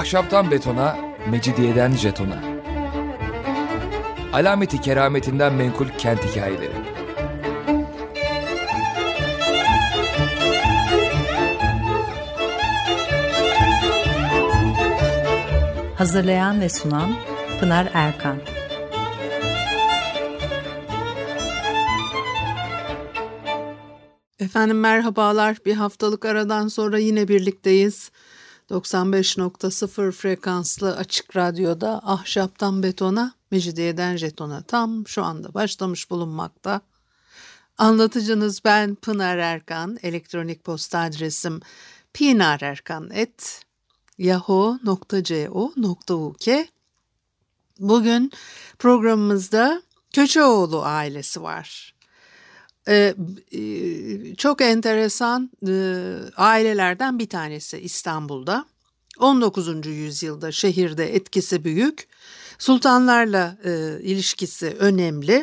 Ahşaptan betona, mecidiyeden jetona. Alameti kerametinden menkul kent hikayeleri. Hazırlayan ve sunan Pınar Erkan. Efendim merhabalar. Bir haftalık aradan sonra yine birlikteyiz. 95.0 frekanslı açık radyoda ahşaptan betona, mecidiyeden jetona tam şu anda başlamış bulunmakta. Anlatıcınız ben Pınar Erkan. Elektronik posta adresim pinarerkan@yahoo.co.uk. Bugün programımızda Köçeoğlu ailesi var. Çok enteresan ailelerden bir tanesi İstanbul'da. 19. yüzyılda şehirde etkisi büyük. Sultanlarla ilişkisi önemli.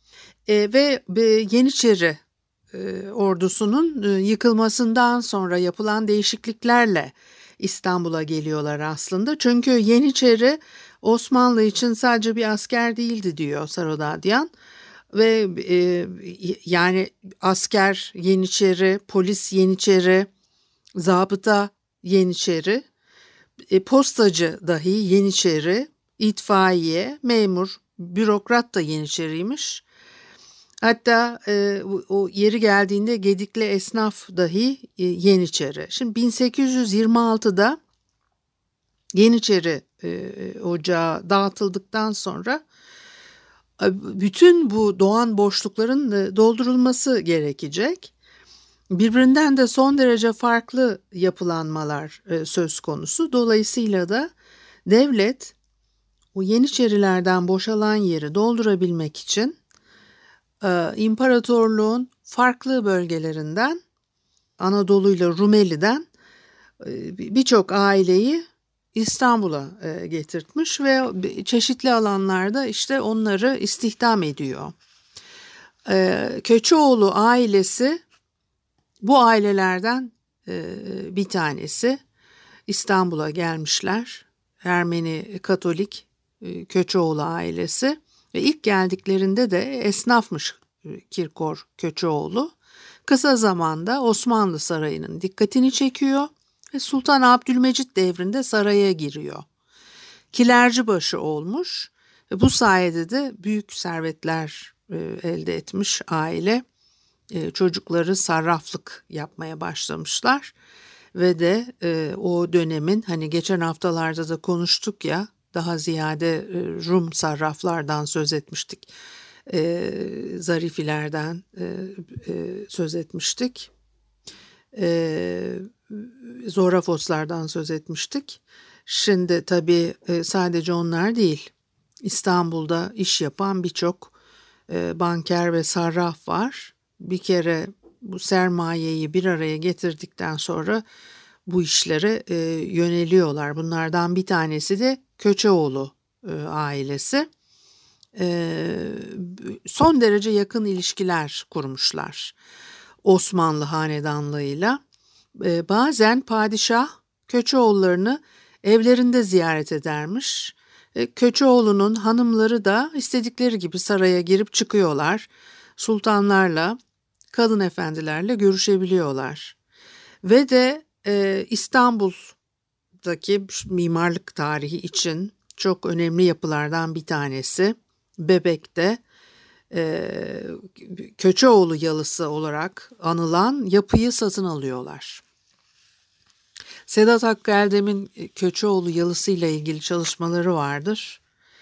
Ve Yeniçeri ordusunun yıkılmasından sonra yapılan değişikliklerle İstanbul'a geliyorlar aslında. Çünkü Yeniçeri Osmanlı için sadece bir asker değildi diyor Sarodadyan. Ve yani asker Yeniçeri, polis Yeniçeri, zabıta Yeniçeri, postacı dahi Yeniçeri, itfaiye, memur, bürokrat da Yeniçeriymiş. Hatta o yeri geldiğinde gedikli esnaf dahi Yeniçeri. Şimdi 1826'da Yeniçeri ocağı dağıtıldıktan sonra bütün bu doğan boşlukların doldurulması gerekecek. Birbirinden de son derece farklı yapılanmalar söz konusu. Dolayısıyla da devlet o Yeniçerilerden boşalan yeri doldurabilmek için imparatorluğun farklı bölgelerinden, Anadolu ile Rumeli'den birçok aileyi İstanbul'a getirtmiş ve çeşitli alanlarda işte onları istihdam ediyor. Köçeoğlu ailesi bu ailelerden bir tanesi. İstanbul'a gelmişler. Ermeni Katolik Köçeoğlu ailesi ve ilk geldiklerinde de esnafmış Kirkor Köçeoğlu. Kısa zamanda Osmanlı Sarayı'nın dikkatini çekiyor. Sultan Abdülmecit devrinde saraya giriyor. Kilercibaşı olmuş ve bu sayede de büyük servetler elde etmiş aile. Çocukları sarraflık yapmaya başlamışlar ve de o dönemin hani geçen haftalarda da konuştuk ya daha ziyade Rum sarraflardan söz etmiştik. Zarifilerden söz etmiştik. Zorafoslardan söz etmiştik. Şimdi tabii sadece onlar değil. İstanbul'da iş yapan birçok banker ve sarraf var. Bir kere bu sermayeyi bir araya getirdikten sonra bu işlere yöneliyorlar. Bunlardan bir tanesi de Köçeoğlu ailesi. Son derece yakın ilişkiler kurmuşlar Osmanlı hanedanlığıyla. Bazen padişah Köçeoğullarını evlerinde ziyaret edermiş. Köçeoğlu'nun hanımları da istedikleri gibi saraya girip çıkıyorlar. Sultanlarla, kadın efendilerle görüşebiliyorlar. Ve de İstanbul'daki mimarlık tarihi için çok önemli yapılardan bir tanesi Bebek'te Köçeoğlu yalısı olarak anılan yapıyı satın alıyorlar. Sedat Hakkı Eldem'in Köçeoğlu yalısı ile ilgili çalışmaları vardır.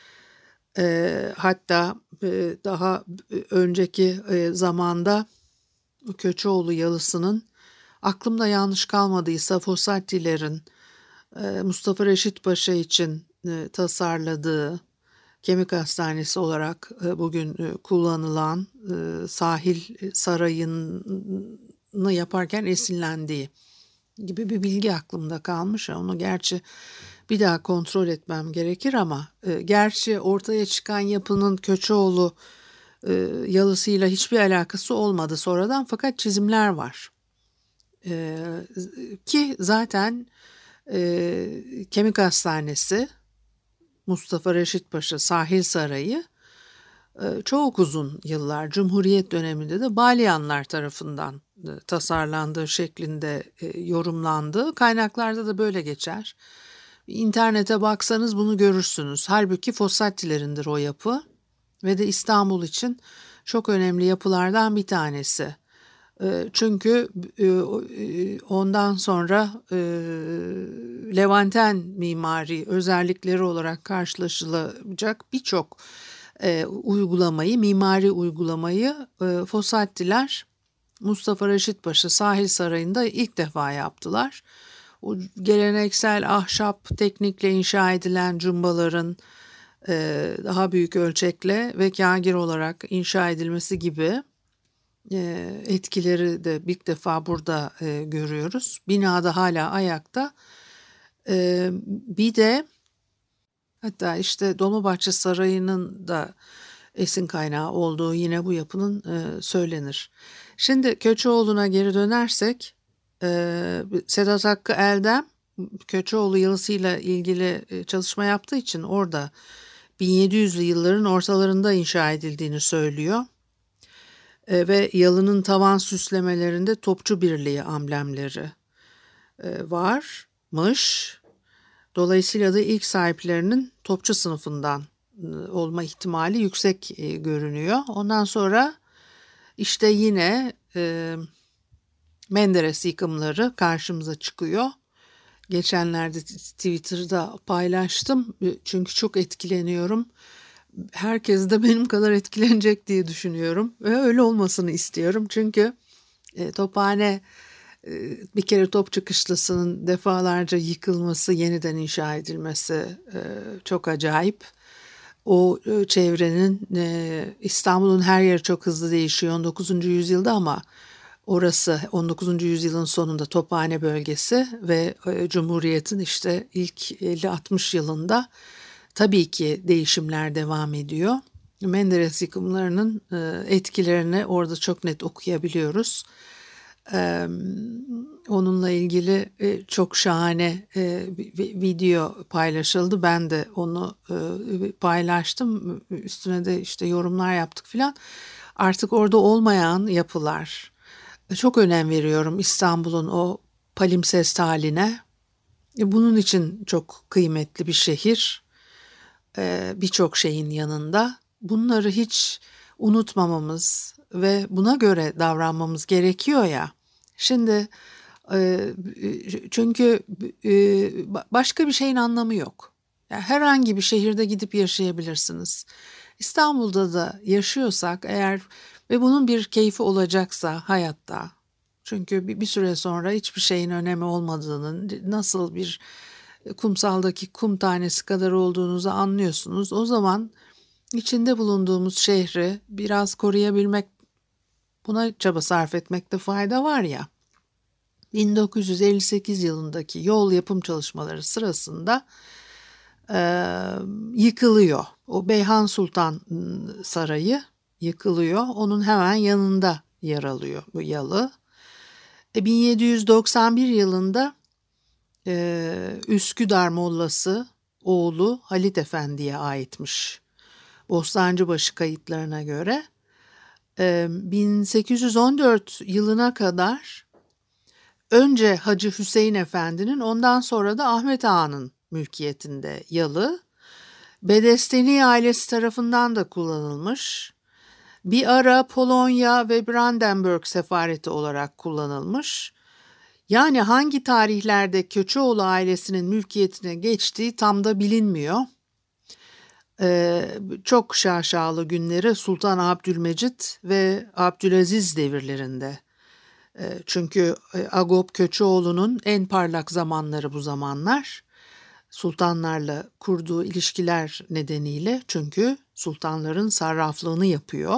Hatta daha önceki zamanda Köçeoğlu yalısının aklımda yanlış kalmadıysa Fossatilerin Mustafa Reşit Paşa için tasarladığı Kemik Hastanesi olarak bugün kullanılan sahil sarayını yaparken esinlendiği gibi bir bilgi aklımda kalmış. Onu gerçi bir daha kontrol etmem gerekir ama gerçi ortaya çıkan yapının Köçeoğlu yalısıyla hiçbir alakası olmadı sonradan, fakat çizimler var. Ki zaten Kemik Hastanesi, Mustafa Reşit Paşa Sahil Sarayı çok uzun yıllar Cumhuriyet döneminde de Balyanlar tarafından tasarlandığı şeklinde yorumlandı. Kaynaklarda da böyle geçer. İnternete baksanız bunu görürsünüz. Halbuki Fossattilerindir o yapı ve de İstanbul için çok önemli yapılardan bir tanesi. Çünkü ondan sonra Levanten mimari özellikleri olarak karşılaşılacak birçok mimari uygulamayı Fossattiler Mustafa Reşit Paşa Sahil Sarayı'nda ilk defa yaptılar. O geleneksel ahşap teknikle inşa edilen cumbaların daha büyük ölçekle ve kâgir olarak inşa edilmesi gibi etkileri de ilk defa burada görüyoruz. Binada hala ayakta. Bir de hatta işte Dolmabahçe Sarayı'nın da esin kaynağı olduğu yine bu yapının söylenir. Şimdi Köçeoğlu'na geri dönersek Sedat Hakkı Eldem Köçeoğlu yalısıyla ilgili çalışma yaptığı için orada 1700'lü yılların ortalarında inşa edildiğini söylüyor. Ve yalının tavan süslemelerinde Topçu Birliği amblemleri varmış. Dolayısıyla da ilk sahiplerinin topçu sınıfından olma ihtimali yüksek görünüyor. Ondan sonra işte yine Menderes yıkımları karşımıza çıkıyor. Geçenlerde Twitter'da paylaştım çünkü çok etkileniyorum. Herkes de benim kadar etkilenecek diye düşünüyorum ve öyle olmasını istiyorum. Çünkü Tophane bir kere Topçu Kışlası'nın defalarca yıkılması, yeniden inşa edilmesi çok acayip. O çevrenin İstanbul'un her yeri çok hızlı değişiyor 19. yüzyılda ama orası 19. yüzyılın sonunda Tophane bölgesi ve Cumhuriyet'in işte ilk 50-60 yılında tabii ki değişimler devam ediyor. Menderes yıkımlarının etkilerini orada çok net okuyabiliyoruz. Onunla ilgili çok şahane bir video paylaşıldı. Ben de onu paylaştım. Üstüne de işte yorumlar yaptık filan. Artık orada olmayan yapılar. Çok önem veriyorum İstanbul'un o palimpsest haline. Bunun için çok kıymetli bir şehir. Birçok şeyin yanında. Bunları hiç unutmamamız ve buna göre davranmamız gerekiyor ya. Şimdi çünkü başka bir şeyin anlamı yok. Yani herhangi bir şehirde gidip yaşayabilirsiniz. İstanbul'da da yaşıyorsak eğer ve bunun bir keyfi olacaksa hayatta. Çünkü bir süre sonra hiçbir şeyin önemi olmadığını, nasıl bir kumsaldaki kum tanesi kadar olduğunuzu anlıyorsunuz. O zaman içinde bulunduğumuz şehri biraz koruyabilmek, buna çaba sarf etmekte fayda var ya. 1958 yılındaki yol yapım çalışmaları sırasında yıkılıyor. O Beyhan Sultan Sarayı yıkılıyor. Onun hemen yanında yer alıyor bu yalı. 1791 yılında Üsküdar Mollası oğlu Halit Efendi'ye aitmiş. Bostancıbaşı kayıtlarına göre 1814 yılına kadar önce Hacı Hüseyin Efendi'nin ondan sonra da Ahmet Ağa'nın mülkiyetinde yalı. Bedesteni ailesi tarafından da kullanılmış. Bir ara Polonya ve Brandenburg sefareti olarak kullanılmış. Yani hangi tarihlerde Köçeoğlu ailesinin mülkiyetine geçtiği tam da bilinmiyor. Çok şaşalı günleri Sultan Abdülmecit ve Abdülaziz devirlerinde. Çünkü Agop Köçeoğlu'nun en parlak zamanları bu zamanlar. Sultanlarla kurduğu ilişkiler nedeniyle, çünkü sultanların sarraflığını yapıyor.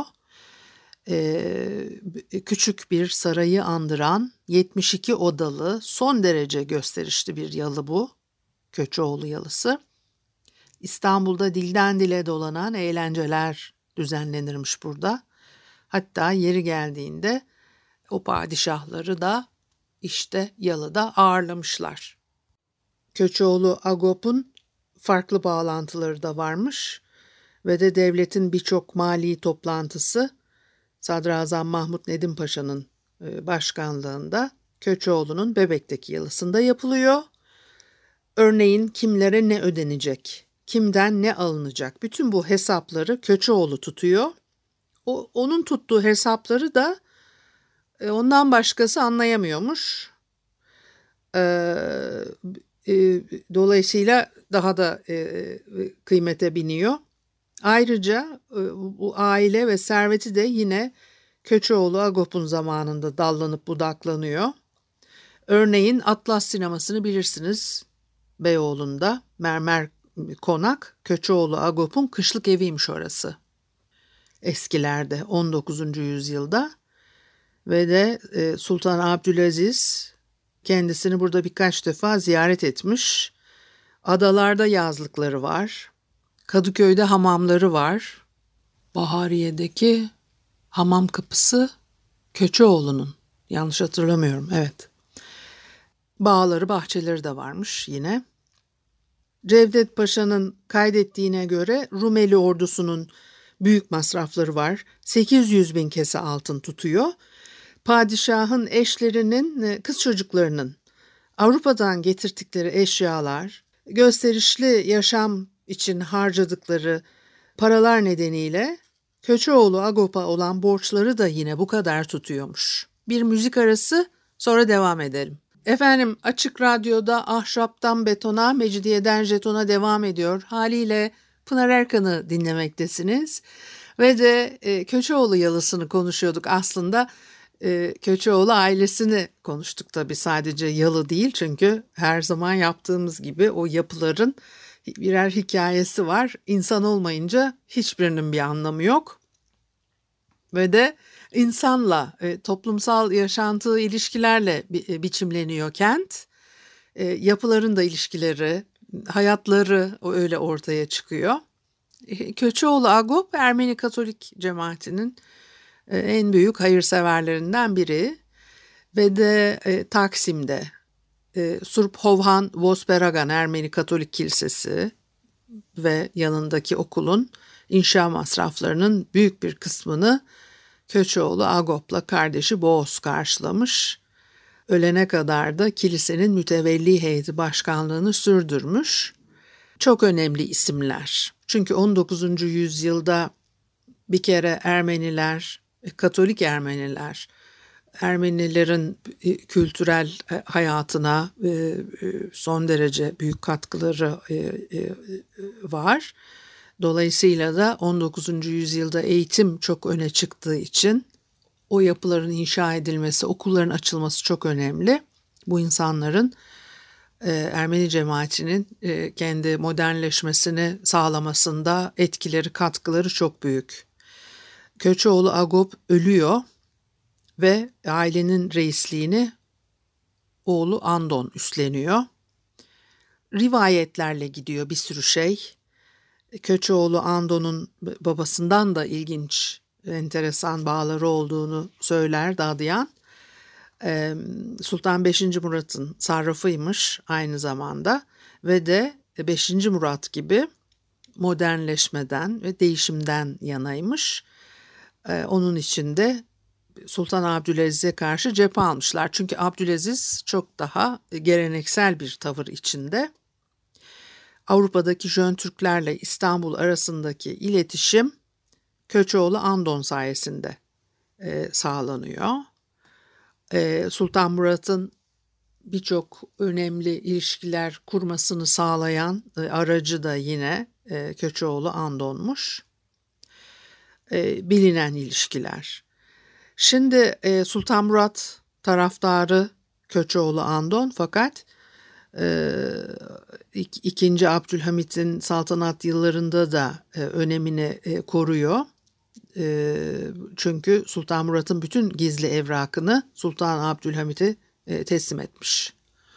Küçük bir sarayı andıran 72 odalı son derece gösterişli bir yalı bu. Köçeoğlu yalısı. İstanbul'da dilden dile dolanan eğlenceler düzenlenirmiş burada. Hatta yeri geldiğinde o padişahları da işte yalıda ağırlamışlar. Köçeoğlu Agop'un farklı bağlantıları da varmış ve de devletin birçok mali toplantısı Sadrazam Mahmut Nedim Paşa'nın başkanlığında Köçeoğlu'nun Bebek'teki yalısında yapılıyor. Örneğin kimlere ne ödenecek, kimden ne alınacak, bütün bu hesapları Köçeoğlu tutuyor. Onun tuttuğu hesapları da ondan başkası anlayamıyormuş. Dolayısıyla daha da kıymete biniyor. Ayrıca bu aile ve serveti de yine Köçeoğlu Agop'un zamanında dallanıp budaklanıyor. Örneğin Atlas sinemasını bilirsiniz. Beyoğlu'nda mermer konak Köçeoğlu Agop'un kışlık eviymiş orası. Eskilerde 19. yüzyılda ve de Sultan Abdülaziz kendisini burada birkaç defa ziyaret etmiş. Adalarda yazlıkları var. Kadıköy'de hamamları var. Bahariye'deki hamam kapısı Köçeoğlu'nun. Yanlış hatırlamıyorum, evet. Bağları, bahçeleri de varmış yine. Cevdet Paşa'nın kaydettiğine göre Rumeli ordusunun büyük masrafları var. 800 bin kese altın tutuyor. Padişahın eşlerinin, kız çocuklarının Avrupa'dan getirdikleri eşyalar, gösterişli yaşam için harcadıkları paralar nedeniyle Köçeoğlu Agop'a olan borçları da yine bu kadar tutuyormuş. Bir müzik arası, sonra devam edelim. Efendim, Açık Radyo'da Ahşaptan Betona, Mecidiyeden Jeton'a devam ediyor. Haliyle Pınar Erkan'ı dinlemektesiniz. Ve de Köçeoğlu yalısını konuşuyorduk aslında. Köçeoğlu ailesini konuştuk tabii, sadece yalı değil. Çünkü her zaman yaptığımız gibi o yapıların birer hikayesi var. İnsan olmayınca hiçbirinin bir anlamı yok. Ve de insanla, toplumsal yaşantı ilişkilerle biçimleniyor kent. Yapıların da ilişkileri, hayatları öyle ortaya çıkıyor. Köçeoğlu Agop, Ermeni Katolik cemaatinin en büyük hayırseverlerinden biri. Ve de Taksim'de Surp Hovhan Vosperagan Ermeni Katolik Kilisesi ve yanındaki okulun inşa masraflarının büyük bir kısmını Köçeoğlu Agop'la kardeşi Boğaz karşılamış. Ölene kadar da kilisenin mütevelli heyeti başkanlığını sürdürmüş. Çok önemli isimler. Çünkü 19. yüzyılda bir kere Ermeniler, Katolik Ermeniler, Ermenilerin kültürel hayatına son derece büyük katkıları var. Dolayısıyla da 19. yüzyılda eğitim çok öne çıktığı için o yapıların inşa edilmesi, okulların açılması çok önemli. Bu insanların Ermeni cemaatinin kendi modernleşmesini sağlamasında etkileri, katkıları çok büyük. Köçeoğlu Agop ölüyor ve ailenin reisliğini oğlu Andon üstleniyor. Rivayetlerle gidiyor bir sürü şey. Köçeoğlu Andon'un babasından da ilginç, enteresan bağları olduğunu söyler Dadıyan. Sultan 5. Murat'ın sarrafıymış aynı zamanda ve de 5. Murat gibi modernleşmeden ve değişimden yanaymış. Onun için de Sultan Abdülaziz'e karşı cephe almışlar. Çünkü Abdülaziz çok daha geleneksel bir tavır içinde. Avrupa'daki Jön Türklerle İstanbul arasındaki iletişim Köçeoğlu Andon sayesinde sağlanıyor. Sultan Murat'ın birçok önemli ilişkiler kurmasını sağlayan aracı da yine Köçeoğlu Andon'muş. Bilinen ilişkiler. Şimdi Sultan Murat taraftarı Köçeoğlu Andon, fakat 2. Abdülhamit'in saltanat yıllarında da önemini koruyor. Çünkü Sultan Murat'ın bütün gizli evrakını Sultan Abdülhamit'e teslim etmiş.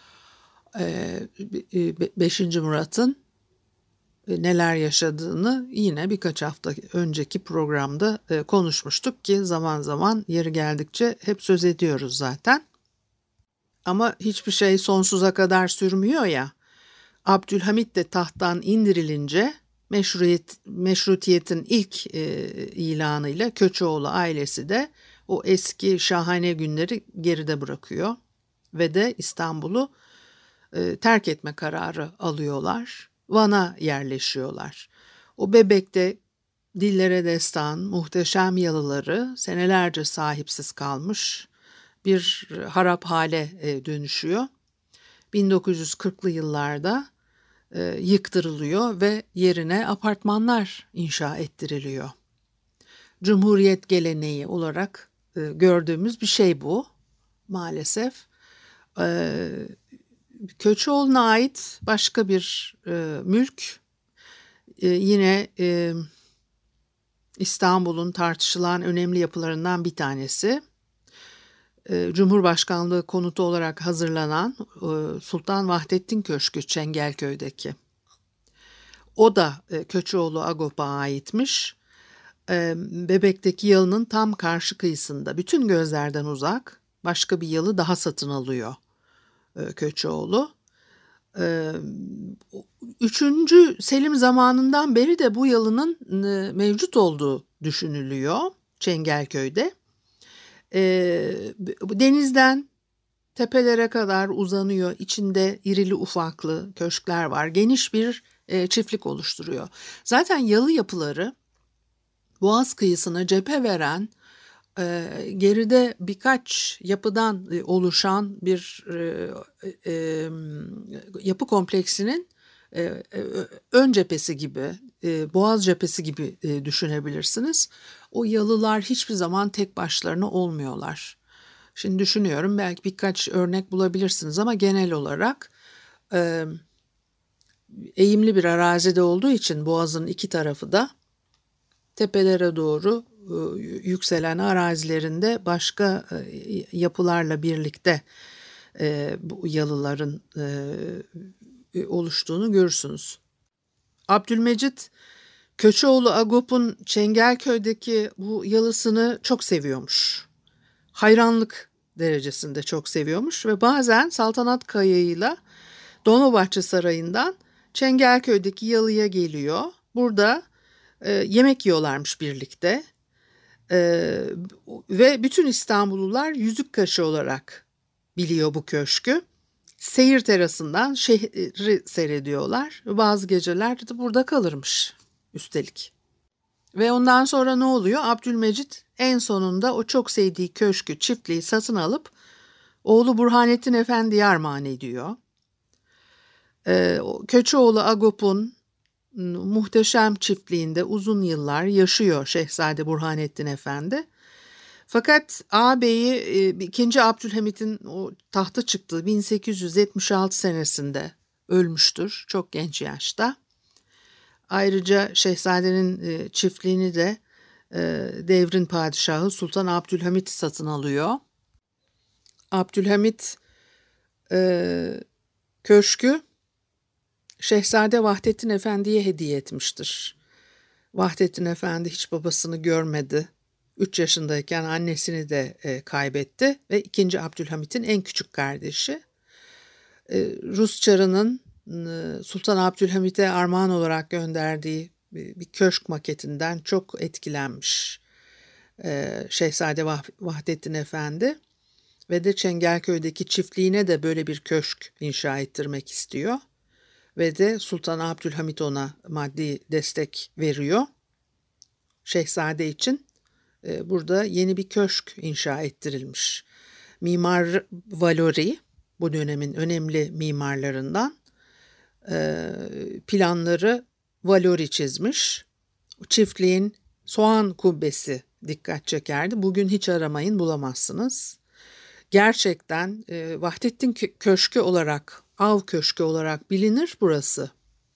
5. Murat'ın neler yaşadığını yine birkaç hafta önceki programda konuşmuştuk ki zaman zaman yeri geldikçe hep söz ediyoruz zaten. Ama hiçbir şey sonsuza kadar sürmüyor ya. Abdülhamit de tahttan indirilince meşrutiyetin ilk ilanıyla Köçoğlu ailesi de o eski şahane günleri geride bırakıyor ve de İstanbul'u terk etme kararı alıyorlar. Van'a yerleşiyorlar. O Bebek'te dillere destan, muhteşem yalıları senelerce sahipsiz kalmış bir harap hale dönüşüyor. 1940'lı yıllarda yıktırılıyor ve yerine apartmanlar inşa ettiriliyor. Cumhuriyet geleneği olarak gördüğümüz bir şey bu maalesef. Köçoğlu'na ait başka bir mülk yine İstanbul'un tartışılan önemli yapılarından bir tanesi. Cumhurbaşkanlığı konutu olarak hazırlanan Sultan Vahdettin Köşkü Çengelköy'deki. O da Köçoğlu Agop'a aitmiş. Bebek'teki yalının tam karşı kıyısında, bütün gözlerden uzak başka bir yalı daha satın alıyor Köçoğlu. 3. Selim zamanından beri de bu yalının mevcut olduğu düşünülüyor Çengelköy'de. Denizden tepelere kadar uzanıyor. İçinde irili ufaklı köşkler var. Geniş bir çiftlik oluşturuyor. Zaten yalı yapıları Boğaz kıyısına cephe veren, geride birkaç yapıdan oluşan bir yapı kompleksinin ön cephesi gibi, Boğaz cephesi gibi düşünebilirsiniz. O yalılar hiçbir zaman tek başlarına olmuyorlar. Şimdi düşünüyorum, belki birkaç örnek bulabilirsiniz ama genel olarak eğimli bir arazide olduğu için Boğaz'ın iki tarafı da tepelere doğru yükselen arazilerinde başka yapılarla birlikte bu yalıların oluştuğunu görürsünüz. Abdülmecit Köçoğlu Agop'un Çengelköy'deki bu yalısını çok seviyormuş. Hayranlık derecesinde çok seviyormuş ve bazen saltanat kayığıyla Dolmabahçe Sarayı'ndan Çengelköy'deki yalıya geliyor. Burada yemek yiyorlarmış birlikte ve bütün İstanbullular yüzük kaşı olarak biliyor bu köşkü. Seyir terasından şehri seyrediyorlar. Bazı geceler de burada kalırmış üstelik. Ve ondan sonra ne oluyor? Abdülmecit en sonunda o çok sevdiği köşkü, çiftliği satın alıp oğlu Burhanettin Efendi'ye armağan ediyor. Köçoğlu Agop'un muhteşem çiftliğinde uzun yıllar yaşıyor Şehzade Burhanettin Efendi. Fakat ağabeyi 2. Abdülhamit'in o tahta çıktığı 1876 senesinde ölmüştür. Çok genç yaşta. Ayrıca şehzadenin çiftliğini de devrin padişahı Sultan Abdülhamit satın alıyor. Abdülhamit köşkü Şehzade Vahdettin Efendi'ye hediye etmiştir. Vahdettin Efendi hiç babasını görmedi. 3 yaşındayken annesini de kaybetti ve 2. Abdülhamit'in en küçük kardeşi. Rus Çarı'nın Sultan Abdülhamit'e armağan olarak gönderdiği bir köşk maketinden çok etkilenmiş Şehzade Vahdettin Efendi ve de Çengelköy'deki çiftliğine de böyle bir köşk inşa ettirmek istiyor. Ve de Sultan Abdülhamit ona maddi destek veriyor. Şehzade için burada yeni bir köşk inşa ettirilmiş. Mimar Valori, bu dönemin önemli mimarlarından, planları Valori çizmiş. Çiftliğin soğan kubbesi dikkat çekerdi. Bugün hiç aramayın, bulamazsınız. Gerçekten Vahdettin Köşkü olarak, av köşkü olarak bilinir burası.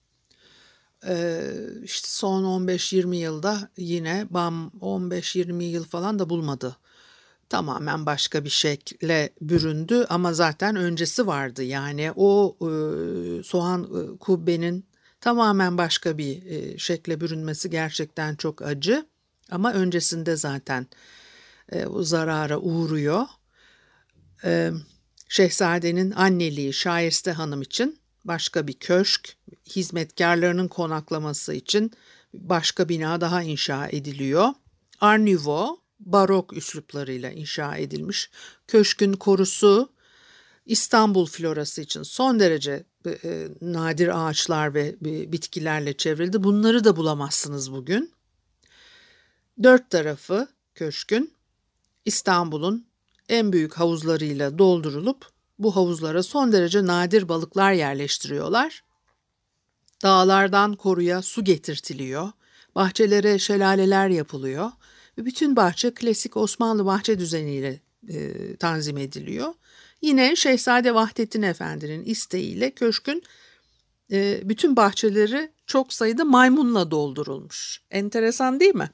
İşte son 15-20 yılda yine 15-20 yıl falan da bulmadı. Tamamen başka bir şekle büründü ama zaten öncesi vardı. Yani o soğan kubbenin tamamen başka bir şekle bürünmesi gerçekten çok acı. Ama öncesinde zaten o zarara uğruyor. Şehzadenin anneliği Şayeste Hanım için başka bir köşk, hizmetkarlarının konaklaması için başka bina daha inşa ediliyor. Art Nouveau, barok üsluplarıyla inşa edilmiş. Köşkün korusu İstanbul florası için son derece nadir ağaçlar ve bitkilerle çevrildi. Bunları da bulamazsınız bugün. Dört tarafı köşkün İstanbul'un en büyük havuzlarıyla doldurulup bu havuzlara son derece nadir balıklar yerleştiriyorlar. Dağlardan koruya su getirtiliyor. Bahçelere şelaleler yapılıyor. Ve bütün bahçe klasik Osmanlı bahçe düzeniyle tanzim ediliyor. Yine Şehzade Vahdettin Efendi'nin isteğiyle köşkün bütün bahçeleri çok sayıda maymunla doldurulmuş. Enteresan değil mi?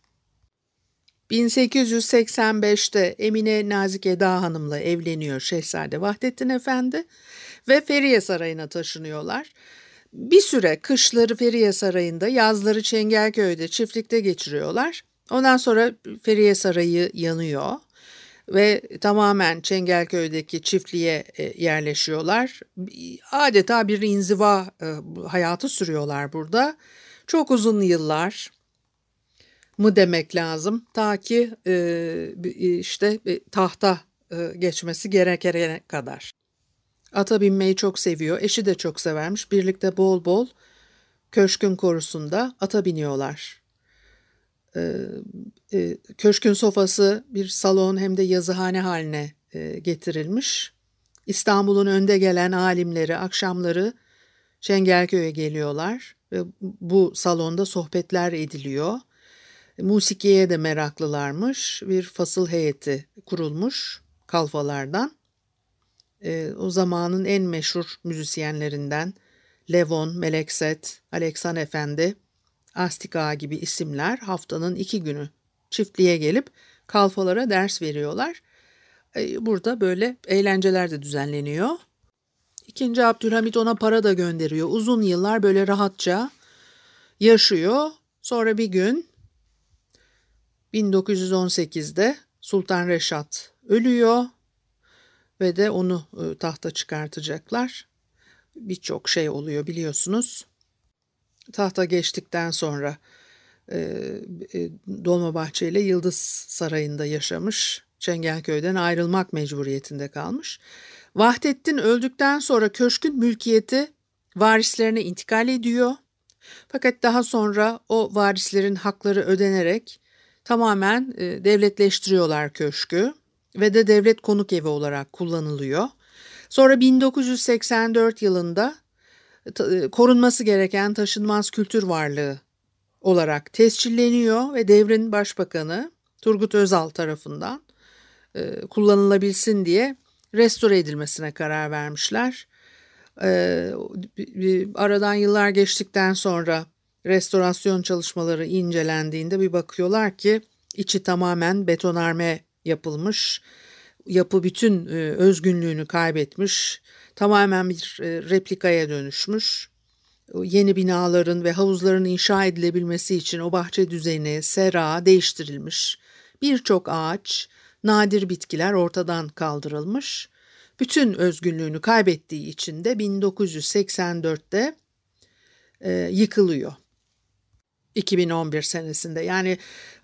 1885'te Emine Nazik Eda Hanım'la evleniyor Şehzade Vahdettin Efendi ve Feriye Sarayı'na taşınıyorlar. Bir süre kışları Feriye Sarayı'nda, yazları Çengelköy'de çiftlikte geçiriyorlar. Ondan sonra Feriye Sarayı yanıyor ve tamamen Çengelköy'deki çiftliğe yerleşiyorlar. Adeta bir inziva hayatı sürüyorlar burada. Çok uzun yıllar mı demek lazım ta ki tahta geçmesi gerekene kadar. Ata binmeyi çok seviyor. Eşi de çok severmiş. Birlikte bol bol köşkün korusunda ata biniyorlar. Köşkün sofası bir salon hem de yazıhane haline getirilmiş. İstanbul'un önde gelen alimleri akşamları Çengelköy'e geliyorlar ve bu salonda sohbetler ediliyor. Musikiye de meraklılarmış. Bir fasıl heyeti kurulmuş kalfalardan. O zamanın en meşhur müzisyenlerinden Levon, Melekset, Aleksan Efendi, Astik Ağa gibi isimler haftanın 2 günü çiftliğe gelip kalfalara ders veriyorlar. Burada böyle eğlenceler de düzenleniyor. İkinci Abdülhamit ona para da gönderiyor. Uzun yıllar böyle rahatça yaşıyor. Sonra bir gün 1918'de Sultan Reşat ölüyor ve de onu tahta çıkartacaklar. Birçok şey oluyor biliyorsunuz. Tahta geçtikten sonra Dolmabahçe ile Yıldız Sarayı'nda yaşamış. Çengelköy'den ayrılmak mecburiyetinde kalmış. Vahdettin öldükten sonra köşkün mülkiyeti varislerine intikal ediyor. Fakat daha sonra o varislerin hakları ödenerek tamamen devletleştiriyorlar köşkü ve de devlet konuk evi olarak kullanılıyor. Sonra 1984 yılında korunması gereken taşınmaz kültür varlığı olarak tescilleniyor ve devrin başbakanı Turgut Özal tarafından kullanılabilsin diye restore edilmesine karar vermişler. Aradan yıllar geçtikten sonra restorasyon çalışmaları incelendiğinde bir bakıyorlar ki içi tamamen betonarme yapılmış. Yapı bütün özgünlüğünü kaybetmiş. Tamamen bir replikaya dönüşmüş. Yeni binaların ve havuzların inşa edilebilmesi için o bahçe düzeni, sera değiştirilmiş. Birçok ağaç, nadir bitkiler ortadan kaldırılmış. Bütün özgünlüğünü kaybettiği için de 1984'te yıkılıyor. 2011 senesinde yani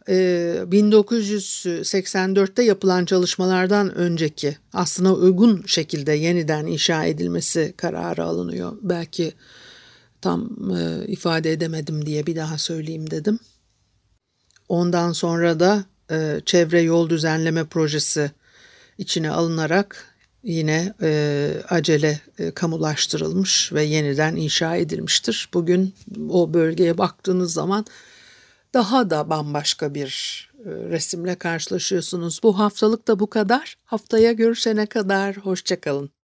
1984'te yapılan çalışmalardan önceki aslında uygun şekilde yeniden inşa edilmesi kararı alınıyor. Belki tam ifade edemedim diye bir daha söyleyeyim dedim. Ondan sonra da çevre yol düzenleme projesi içine alınarak yine acele kamulaştırılmış ve yeniden inşa edilmiştir. Bugün o bölgeye baktığınız zaman daha da bambaşka bir resimle karşılaşıyorsunuz. Bu haftalık da bu kadar. Haftaya görüşene kadar hoşça kalın.